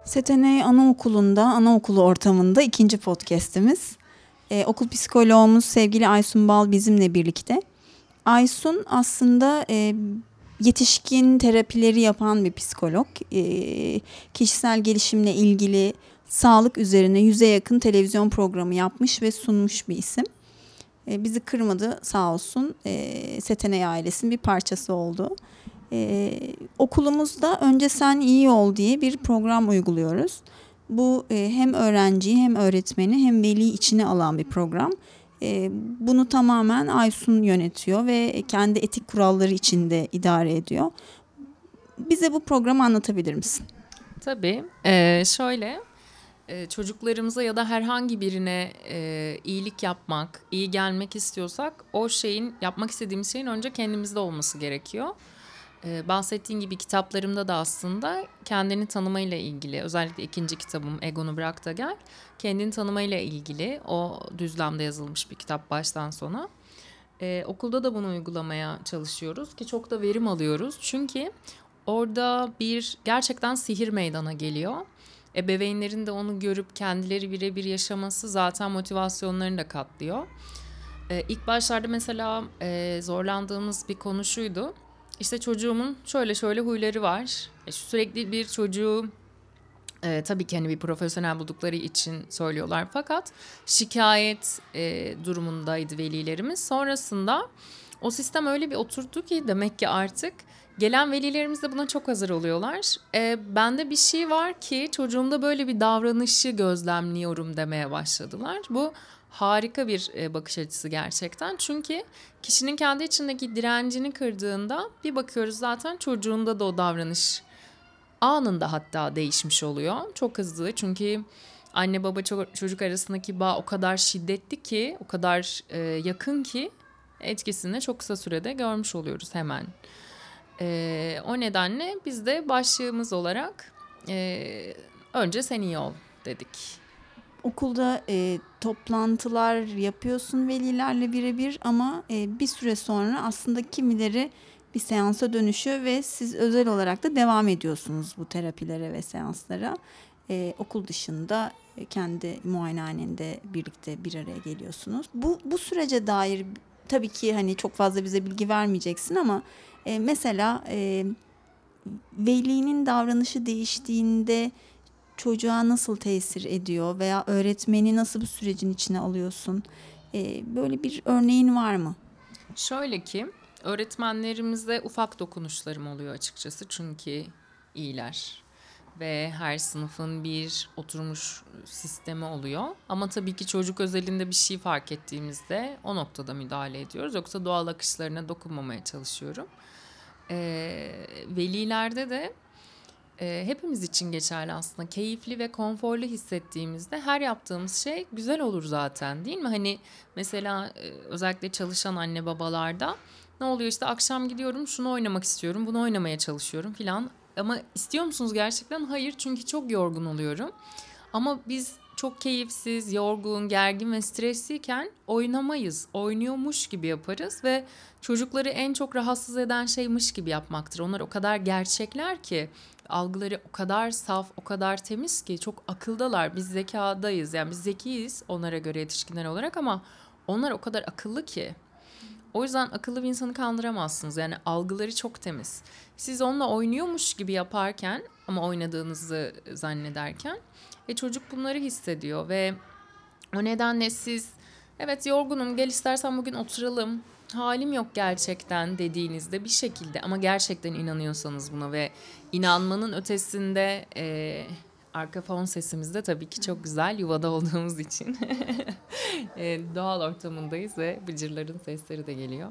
Setenay Anaokulu'nda, anaokulu ortamında ikinci podcast'imiz. Okul psikoloğumuz sevgili Aysun Bal bizimle birlikte. Aysun aslında yetişkin terapileri yapan bir psikolog. Kişisel gelişimle ilgili sağlık üzerine 100'e yakın televizyon programı yapmış ve sunmuş bir isim. Bizi kırmadı sağ olsun. Setenay ailesinin bir parçası oldu. Okulumuzda Önce Sen İyi Ol diye bir program uyguluyoruz. Bu hem öğrenciyi hem öğretmeni hem veliyi içine alan bir program. Bunu tamamen Aysun yönetiyor ve kendi etik kuralları içinde idare ediyor. Bize bu programı anlatabilir misin? Tabii. Şöyle, çocuklarımıza ya da herhangi birine iyilik yapmak, iyi gelmek istiyorsak o şeyin, yapmak istediğimiz şeyin önce kendimizde olması gerekiyor. Bahsettiğin gibi kitaplarımda da aslında kendini tanımayla ilgili, özellikle ikinci kitabım Egonu Bırak da Gel, kendini tanımayla ilgili o düzlemde yazılmış bir kitap baştan sona. Okulda da bunu uygulamaya çalışıyoruz ki çok da verim alıyoruz. Çünkü orada bir gerçekten sihir meydana geliyor. Ebeveynlerin de onu görüp kendileri birebir yaşaması zaten motivasyonlarını da katlıyor. İlk başlarda mesela zorlandığımız bir konu şuydu. İşte çocuğumun şöyle şöyle huyları var. Sürekli bir çocuğu tabii ki hani bir profesyonel buldukları için söylüyorlar. Fakat şikayet durumundaydı velilerimiz. Sonrasında o sistem öyle bir oturdu ki demek ki artık gelen velilerimiz de buna çok hazır oluyorlar. Bende bir şey var ki çocuğumda böyle bir davranışı gözlemliyorum demeye başladılar. Bu harika bir bakış açısı gerçekten. Çünkü kişinin kendi içindeki direncini kırdığında bir bakıyoruz zaten çocuğunda da o davranış anında hatta değişmiş oluyor. Çok hızlı çünkü anne baba çocuk arasındaki bağ o kadar şiddetli ki, o kadar yakın ki etkisini çok kısa sürede görmüş oluyoruz hemen. O nedenle biz de başlığımız olarak önce sen iyi ol dedik. Okulda toplantılar yapıyorsun velilerle birebir ama bir süre sonra aslında kimileri bir seansa dönüşüyor ve siz özel olarak da devam ediyorsunuz bu terapilere ve seanslara. Okul dışında kendi muayenehanende birlikte bir araya geliyorsunuz. Bu sürece dair tabii ki hani çok fazla bize bilgi vermeyeceksin ama mesela velinin davranışı değiştiğinde çocuğa nasıl tesir ediyor veya öğretmeni nasıl bu sürecin içine alıyorsun? Böyle bir örneğin var mı? Şöyle ki öğretmenlerimizde ufak dokunuşlarım oluyor açıkçası çünkü iyiler ve her sınıfın bir oturmuş sistemi oluyor. Ama tabii ki çocuk özelinde bir şey fark ettiğimizde o noktada müdahale ediyoruz. Yoksa doğal akışlarına dokunmamaya çalışıyorum. Velilerde de hepimiz için geçerli aslında. Keyifli ve konforlu hissettiğimizde her yaptığımız şey güzel olur zaten, değil mi? Hani mesela özellikle çalışan anne babalarda ne oluyor işte akşam gidiyorum şunu oynamak istiyorum, bunu oynamaya çalışıyorum filan. Ama istiyor musunuz gerçekten? Hayır, çünkü çok yorgun oluyorum. Ama biz çok keyifsiz, yorgun, gergin ve stresliyken oynamayız. Oynuyormuş gibi yaparız ve çocukları en çok rahatsız eden şeymiş gibi yapmaktır. Onlar o kadar gerçekler ki, algıları o kadar saf, o kadar temiz ki çok akıldalar. Biz zekadayız. Yani biz zekiyiz onlara göre yetişkinler olarak ama onlar o kadar akıllı ki. O yüzden akıllı bir insanı kandıramazsınız. Yani algıları çok temiz. Siz onunla oynuyormuş gibi yaparken ama oynadığınızı zannederken çocuk bunları hissediyor ve o nedenle siz evet yorgunum gel istersen bugün oturalım halim yok gerçekten dediğinizde bir şekilde ama gerçekten inanıyorsanız buna ve inanmanın ötesinde arka fon sesimiz de tabii ki çok güzel yuvada olduğumuz için doğal ortamındayız ve bıcırların sesleri de geliyor.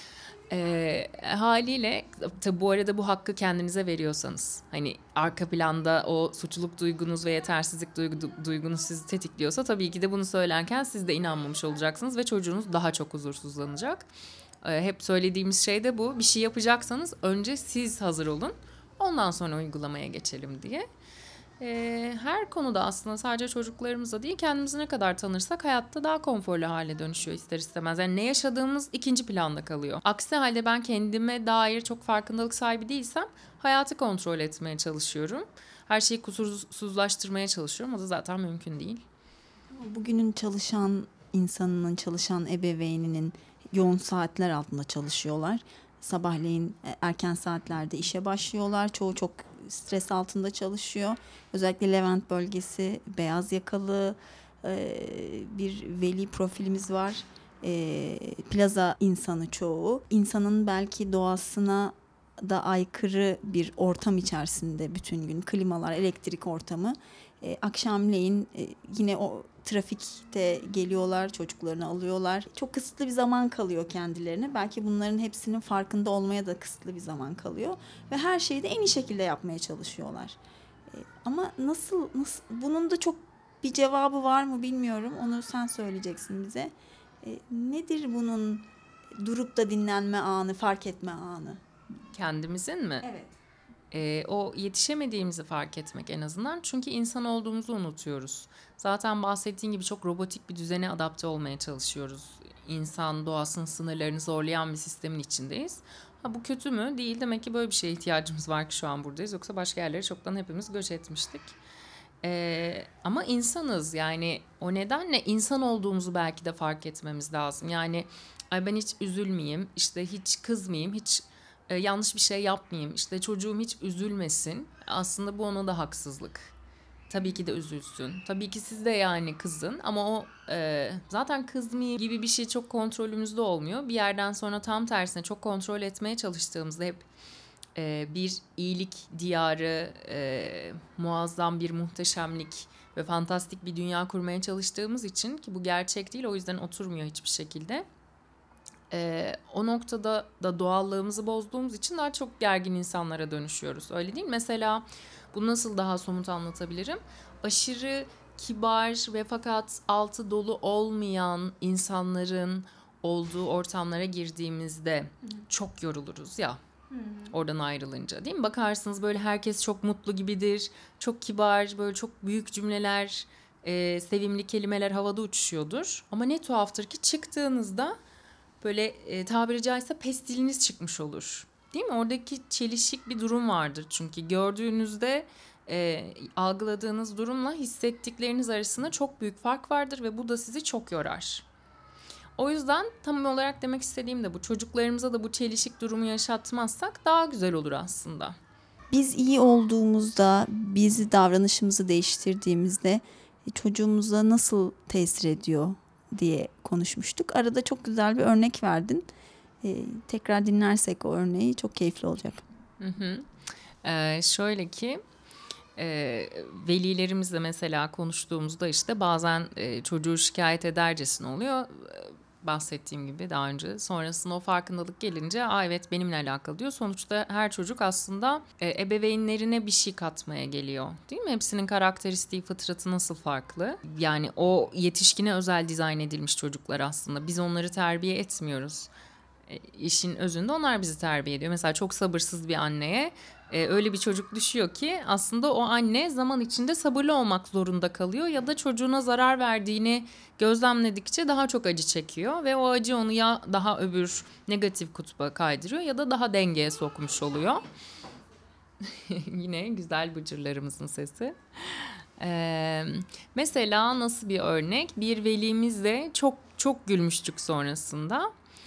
Haliyle tabi bu arada bu hakkı kendinize veriyorsanız hani arka planda o suçluluk duygunuz ve yetersizlik duygunuz sizi tetikliyorsa tabii ki de bunu söylerken siz de inanmamış olacaksınız ve çocuğunuz daha çok huzursuzlanacak. Hep söylediğimiz şey de bu. Bir şey yapacaksanız önce siz hazır olun, ondan sonra uygulamaya geçelim diye. Her konuda aslında sadece çocuklarımızla değil kendimizi ne kadar tanırsak hayatta daha konforlu hale dönüşüyor ister istemez. Yani ne yaşadığımız ikinci planda kalıyor. Aksi halde ben kendime dair çok farkındalık sahibi değilsem hayatı kontrol etmeye çalışıyorum. her şeyi kusursuzlaştırmaya çalışıyorum. O da zaten mümkün değil. Bugünün çalışan insanının, çalışan ebeveyninin yoğun saatler altında çalışıyorlar. Sabahleyin erken saatlerde işe başlıyorlar. Çoğu çok stres altında çalışıyor. Özellikle Levent bölgesi beyaz yakalı bir veli profilimiz var. Plaza insanı çoğu. İnsanın belki doğasına da aykırı bir ortam içerisinde bütün gün klimalar, elektrik ortamı. Akşamleyin yine o trafikte geliyorlar, çocuklarını alıyorlar. Çok kısıtlı bir zaman kalıyor kendilerine. Belki bunların hepsinin farkında olmaya da kısıtlı bir zaman kalıyor. Ve her şeyi de en iyi şekilde yapmaya çalışıyorlar. Ama nasıl bunun da çok bir cevabı var mı bilmiyorum. Onu sen söyleyeceksin bize. Nedir bunun durup da dinlenme anı, fark etme anı? Kendimizin mi? Evet. O yetişemediğimizi fark etmek en azından. Çünkü insan olduğumuzu unutuyoruz. Zaten bahsettiğin gibi çok robotik bir düzene adapte olmaya çalışıyoruz. İnsan doğasının sınırlarını zorlayan bir sistemin içindeyiz. Ha, bu kötü mü? Değil. Demek ki böyle bir şeye ihtiyacımız var ki şu an buradayız. Yoksa başka yerlere çoktan hepimiz göç etmiştik. Ama insanız, yani o nedenle insan olduğumuzu belki de fark etmemiz lazım. Yani ay ben hiç üzülmeyeyim, işte hiç kızmayayım, hiç yanlış bir şey yapmayayım, işte çocuğum hiç üzülmesin. Aslında bu ona da haksızlık. Tabii ki de üzülsün. Tabii ki siz de yani kızın, ama o zaten kızmayayım gibi bir şey çok kontrolümüzde olmuyor. Bir yerden sonra tam tersine çok kontrol etmeye çalıştığımızda hep bir iyilik diyarı, muazzam bir muhteşemlik ve fantastik bir dünya kurmaya çalıştığımız için, ki bu gerçek değil, o yüzden oturmuyor hiçbir şekilde. O noktada da doğallığımızı bozduğumuz için daha çok gergin insanlara dönüşüyoruz. Öyle değil mi? Mesela bunu nasıl daha somut anlatabilirim? Aşırı kibar ve fakat altı dolu olmayan insanların olduğu ortamlara girdiğimizde çok yoruluruz ya. Oradan ayrılınca, değil mi? Bakarsınız böyle herkes çok mutlu gibidir. Çok kibar, böyle çok büyük cümleler, sevimli kelimeler havada uçuşuyordur. Ama ne tuhaftır ki çıktığınızda böyle tabiri caizse pestiliniz çıkmış olur. Değil mi? Oradaki çelişik bir durum vardır. Çünkü gördüğünüzde algıladığınız durumla hissettikleriniz arasında çok büyük fark vardır ve bu da sizi çok yorar. O yüzden tam olarak demek istediğim de bu. Çocuklarımıza da bu çelişik durumu yaşatmazsak daha güzel olur aslında. Biz iyi olduğumuzda, bizi davranışımızı değiştirdiğimizde çocuğumuza nasıl tesir ediyor diye konuşmuştuk. Arada çok güzel bir örnek verdin. Tekrar dinlersek o örneği çok keyifli olacak. Şöyle ki velilerimizle mesela konuştuğumuzda işte bazen çocuğu şikayet edercesine oluyor. Bahsettiğim gibi daha önce. Sonrasında o farkındalık gelince evet benimle alakalı diyor. Sonuçta her çocuk aslında ebeveynlerine bir şey katmaya geliyor. Değil mi? Hepsinin karakteristiği, fıtratı nasıl farklı? Yani o yetişkine özel dizayn edilmiş çocuklar aslında. Biz onları terbiye etmiyoruz. İşin özünde onlar bizi terbiye ediyor. Mesela çok sabırsız bir anneye öyle bir çocuk düşüyor ki aslında o anne zaman içinde sabırlı olmak zorunda kalıyor ya da çocuğuna zarar verdiğini gözlemledikçe daha çok acı çekiyor ve o acı onu ya daha öbür negatif kutba kaydırıyor ya da daha dengeye sokmuş oluyor. Yine güzel bıcırlarımızın sesi. Mesela nasıl bir örnek? Bir velimizle çok çok gülmüştük sonrasında.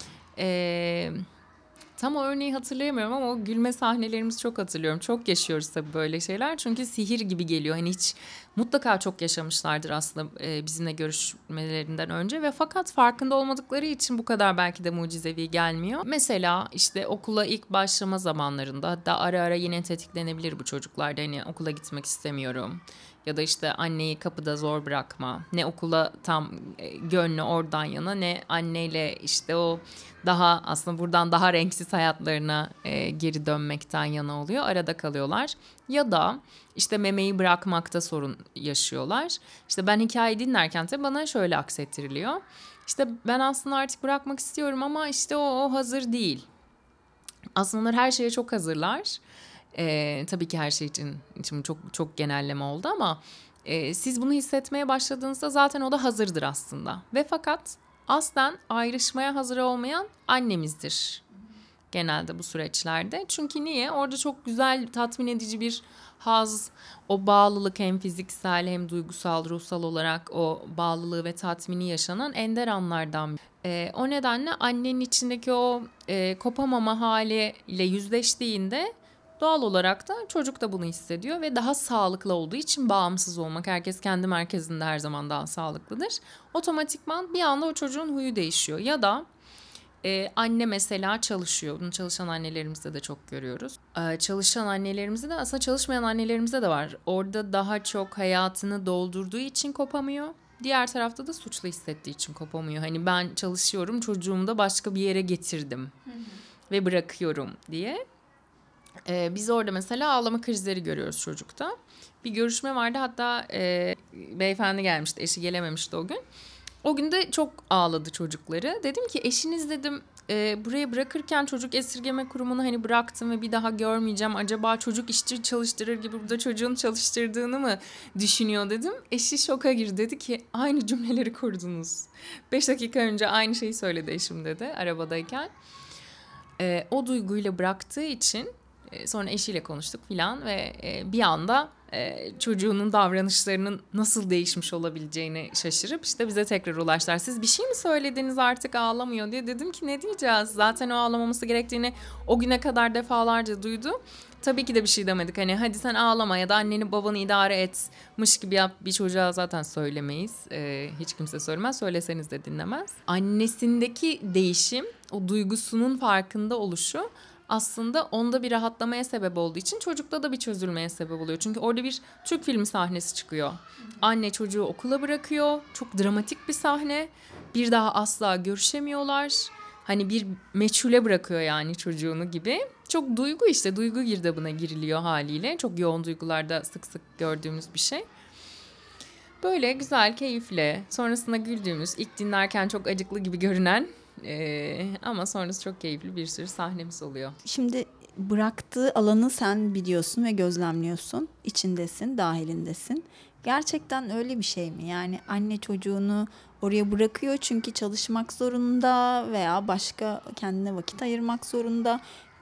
Tam o örneği hatırlayamıyorum ama o gülme sahnelerimizi çok hatırlıyorum. Çok yaşıyoruz tabii böyle şeyler. Çünkü sihir gibi geliyor. Hani hiç mutlaka çok yaşamışlardır aslında bizimle görüşmelerinden önce ve fakat farkında olmadıkları için bu kadar belki de mucizevi gelmiyor. Mesela işte okula ilk başlama zamanlarında, hatta ara ara yine tetiklenebilir bu çocuklarda. Hani okula gitmek istemiyorum. Ya da işte anneyi kapıda zor bırakma. Ne okula tam gönlü oradan yana, ne anneyle işte o daha aslında buradan daha renksiz hayatlarına geri dönmekten yana oluyor. Arada kalıyorlar. Ya da işte memeyi bırakmakta sorun yaşıyorlar. İşte ben hikaye dinlerken de bana şöyle aksettiriliyor. İşte ben aslında artık bırakmak istiyorum ama işte o hazır değil. Aslında onlar her şeye çok hazırlar. Tabii ki her şey için çok çok genelleme oldu ama siz bunu hissetmeye başladığınızda zaten o da hazırdır aslında. Ve fakat aslen ayrışmaya hazır olmayan annemizdir genelde bu süreçlerde. Çünkü niye? Orada çok güzel, tatmin edici bir haz, o bağlılık hem fiziksel hem duygusal, ruhsal olarak o bağlılığı ve tatmini yaşanan ender anlardan. O nedenle annenin içindeki o kopamama haliyle yüzleştiğinde doğal olarak da çocuk da bunu hissediyor ve daha sağlıklı olduğu için bağımsız olmak, herkes kendi merkezinde her zaman daha sağlıklıdır. Otomatikman bir anda o çocuğun huyu değişiyor ya da anne mesela çalışıyor. Bunu çalışan annelerimizde de çok görüyoruz. Çalışan annelerimizde de aslında çalışmayan annelerimizde de var. Orada daha çok hayatını doldurduğu için kopamıyor. Diğer tarafta da suçlu hissettiği için kopamıyor. Hani ben çalışıyorum, çocuğumu da başka bir yere getirdim ve bırakıyorum diye. Biz orada mesela ağlama krizleri görüyoruz çocukta. Bir görüşme vardı, hatta beyefendi gelmişti, eşi gelememişti o gün. O gün de çok ağladı çocukları. Dedim ki eşiniz dedim buraya bırakırken çocuk esirgeme kurumunu hani bıraktım ve bir daha görmeyeceğim. Acaba çocuk işçi çalıştırır gibi burada çocuğun çalıştırdığını mı düşünüyor dedim. Eşi şoka girdi, dedi ki aynı cümleleri kurdunuz. 5 dakika önce aynı şeyi söyledi eşim dedi arabadayken. O duyguyla bıraktığı için sonra eşiyle konuştuk filan ve bir anda çocuğunun davranışlarının nasıl değişmiş olabileceğini şaşırıp işte bize tekrar ulaştılar. Siz bir şey mi söylediniz artık ağlamıyor diye. Dedim ki ne diyeceğiz? Zaten o ağlamaması gerektiğini o güne kadar defalarca duydu. Tabii ki de bir şey demedik. Hani hadi sen ağlama ya da anneni babanı idare etmiş gibi yap. Bir çocuğa zaten söylemeyiz. Hiç kimse söylemez. Söyleseniz de dinlemez. Annesindeki değişim, o duygusunun farkında oluşu aslında onda bir rahatlamaya sebep olduğu için çocukta da bir çözülmeye sebep oluyor. Çünkü orada bir Türk filmi sahnesi çıkıyor. Anne çocuğu okula bırakıyor. Çok dramatik bir sahne. Bir daha asla görüşemiyorlar. Hani bir meçhule bırakıyor yani çocuğunu gibi. Çok duygu işte. Duygu girdabına giriliyor haliyle. Çok yoğun duygularda sık sık gördüğümüz bir şey. Böyle güzel, keyifli, sonrasında güldüğümüz, ilk dinlerken çok acıklı gibi görünen ama sonrası çok keyifli bir sürü sahnemiz oluyor. Şimdi bıraktığı alanı sen biliyorsun ve gözlemliyorsun. İçindesin, dahilindesin. Gerçekten öyle bir şey mi? Yani anne çocuğunu oraya bırakıyor çünkü çalışmak zorunda veya başka kendine vakit ayırmak zorunda.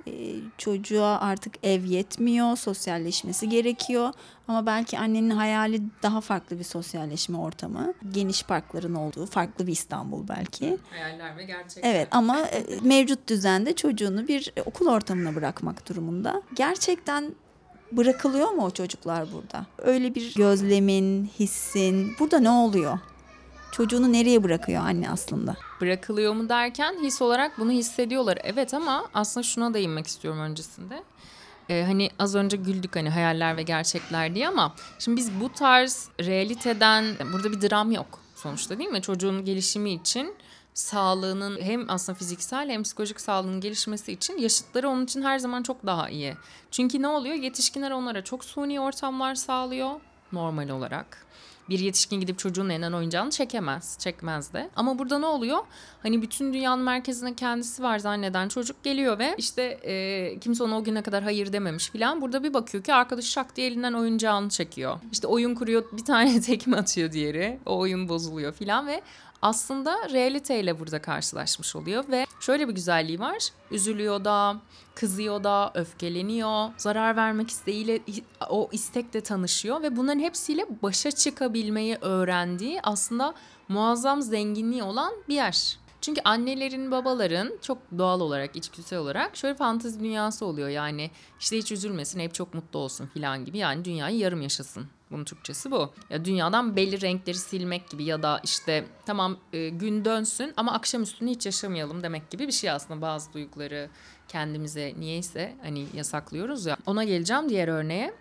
Çocuğa artık ev yetmiyor, sosyalleşmesi gerekiyor. Ama belki annenin hayali daha farklı bir sosyalleşme ortamı. Geniş parkların olduğu, farklı bir İstanbul belki. Hayaller ve gerçekler. Evet ama mevcut düzende çocuğunu bir okul ortamına bırakmak durumunda. Gerçekten bırakılıyor mu o çocuklar burada? Öyle bir gözlemin, hissin, burada ne oluyor? Çocuğunu nereye bırakıyor anne aslında? Bırakılıyor mu derken his olarak bunu hissediyorlar. Evet ama aslında şuna değinmek istiyorum öncesinde. Hani az önce güldük hani hayaller ve gerçekler diye ama şimdi biz bu tarz realiteden burada bir dram yok sonuçta değil mi? Çocuğun gelişimi için sağlığının hem aslında fiziksel hem psikolojik sağlığının gelişmesi için yaşıtları onun için her zaman çok daha iyi. Çünkü ne oluyor? Yetişkinler onlara çok suni ortamlar sağlıyor normal olarak. Bir yetişkin gidip çocuğun elinden oyuncağını çekmez de. Ama burada ne oluyor? Hani bütün dünyanın merkezinde kendisi var zanneden çocuk geliyor ve işte kimse ona o güne kadar hayır dememiş filan. Burada bir bakıyor ki arkadaş şak diye elinden oyuncağını çekiyor. İşte oyun kuruyor, bir tane tekme atıyor diğeri. O oyun bozuluyor filan ve aslında realiteyle burada karşılaşmış oluyor ve şöyle bir güzelliği var. Üzülüyor da, kızıyor da, öfkeleniyor, zarar vermek isteğiyle o istekle tanışıyor ve bunların hepsiyle başa çıkabilmeyi öğrendiği aslında muazzam zenginliği olan bir yer. Çünkü annelerin, babaların çok doğal olarak, içgüdüsel olarak şöyle fantezi dünyası oluyor. Yani işte hiç üzülmesin, hep çok mutlu olsun falan gibi. Yani dünyayı yarım yaşasın. Bunun Türkçesi bu. Ya dünyadan belli renkleri silmek gibi ya da işte tamam gün dönsün ama akşamüstünü hiç yaşamayalım demek gibi bir şey aslında. Bazı duyguları kendimize niyeyse hani yasaklıyoruz ya. Ona geleceğim diğer örneğe.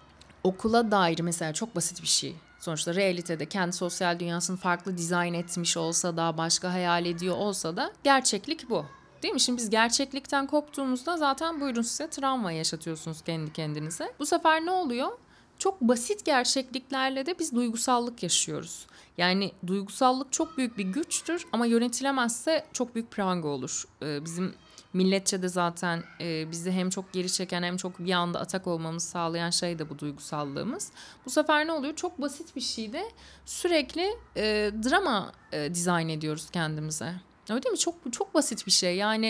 Okula dair mesela çok basit bir şey. Sonuçta realitede kendi sosyal dünyasını farklı dizayn etmiş olsa da başka hayal ediyor olsa da gerçeklik bu. Değil mi? Şimdi biz gerçeklikten koptuğumuzda zaten buyurun size travma yaşatıyorsunuz kendi kendinize. Bu sefer ne oluyor? Çok basit gerçekliklerle de biz duygusallık yaşıyoruz. Yani duygusallık çok büyük bir güçtür ama yönetilemezse çok büyük pranga olur. Bizim milletçe de zaten bizi hem çok geri çeken hem çok bir anda atak olmamızı sağlayan şey de bu duygusallığımız. Bu sefer ne oluyor? Çok basit bir şeyde sürekli drama dizayn ediyoruz kendimize. Öyle değil mi? Çok basit bir şey. Yani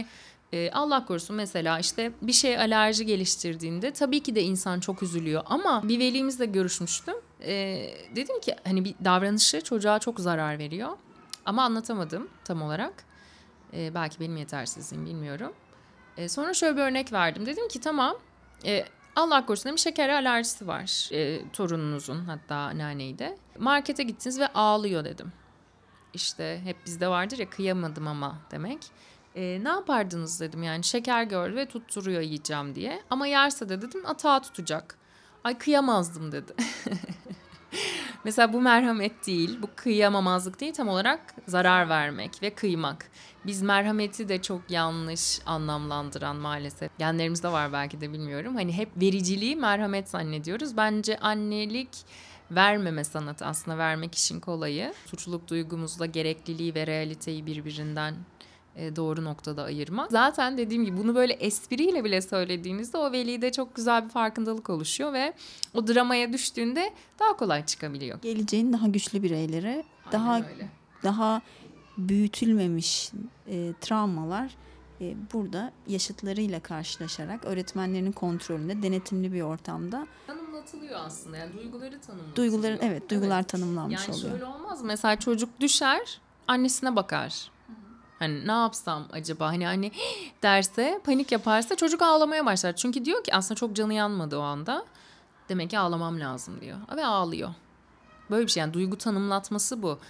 Allah korusun mesela işte bir şeye alerji geliştirdiğinde tabii ki de insan çok üzülüyor. Ama bir velimizle görüşmüştüm. Dedim ki hani bir davranışı çocuğa çok zarar veriyor. Ama anlatamadım tam olarak. Belki benim yetersizliğim, bilmiyorum. Sonra şöyle bir örnek verdim. Dedim ki tamam, Allah korusun bir şeker alerjisi var torununuzun, hatta anneanneydi. Markete gittiniz ve ağlıyor dedim. İşte hep bizde vardır ya, kıyamadım ama demek. Ne yapardınız dedim, yani şeker gördü ve tutturuyor yiyeceğim diye. Ama yerse de dedim atağı tutacak. Ay kıyamazdım dedi. Mesela bu merhamet değil, bu kıyamamazlık değil, tam olarak zarar vermek ve kıymak. Biz merhameti de çok yanlış anlamlandıran maalesef. Genlerimizde var belki de, bilmiyorum. Hani hep vericiliği merhamet zannediyoruz. Bence annelik vermeme sanatı, aslında vermek işin kolayı. Suçluluk duygumuzla gerekliliği ve realiteyi birbirinden doğru noktada ayırmak. Zaten dediğim gibi bunu böyle espriyle bile söylediğinizde o velide çok güzel bir farkındalık oluşuyor ve o dramaya düştüğünde daha kolay çıkabiliyor. Geleceğin daha güçlü bireylere, daha büyütülmemiş travmalar burada yaşıtlarıyla karşılaşarak öğretmenlerinin kontrolünde, denetimli bir ortamda tanımlatılıyor aslında. Yani duyguları tanımlatılıyor. Duygular tanımlanmış yani oluyor. Yani şöyle olmaz mı? Mesela çocuk düşer, annesine bakar. Hani ne yapsam acaba, hani derse, panik yaparsa çocuk ağlamaya başlar. Çünkü diyor ki aslında çok canı yanmadı o anda. Demek ki ağlamam lazım diyor. Ve ağlıyor. Böyle bir şey, yani duygu tanımlatması bu.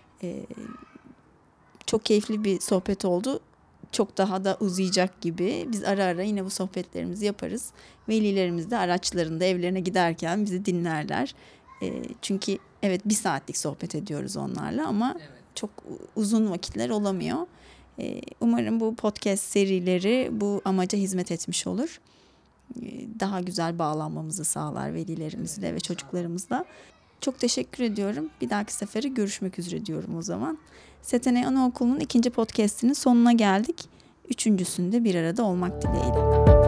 Çok keyifli bir sohbet oldu. Çok daha da uzayacak gibi. Biz ara ara yine bu sohbetlerimizi yaparız. Velilerimiz de araçlarında evlerine giderken bizi dinlerler. Çünkü evet 1 saatlik sohbet ediyoruz onlarla ama çok uzun vakitler olamıyor. Umarım bu podcast serileri bu amaca hizmet etmiş olur. Daha güzel bağlanmamızı sağlar velilerimizle ve çocuklarımızla. Çok teşekkür ediyorum. Bir dahaki sefere görüşmek üzere diyorum o zaman. Setenay Anaokulu'nun 2. podcast'inin sonuna geldik. 3.'sünde bir arada olmak dileğiyle.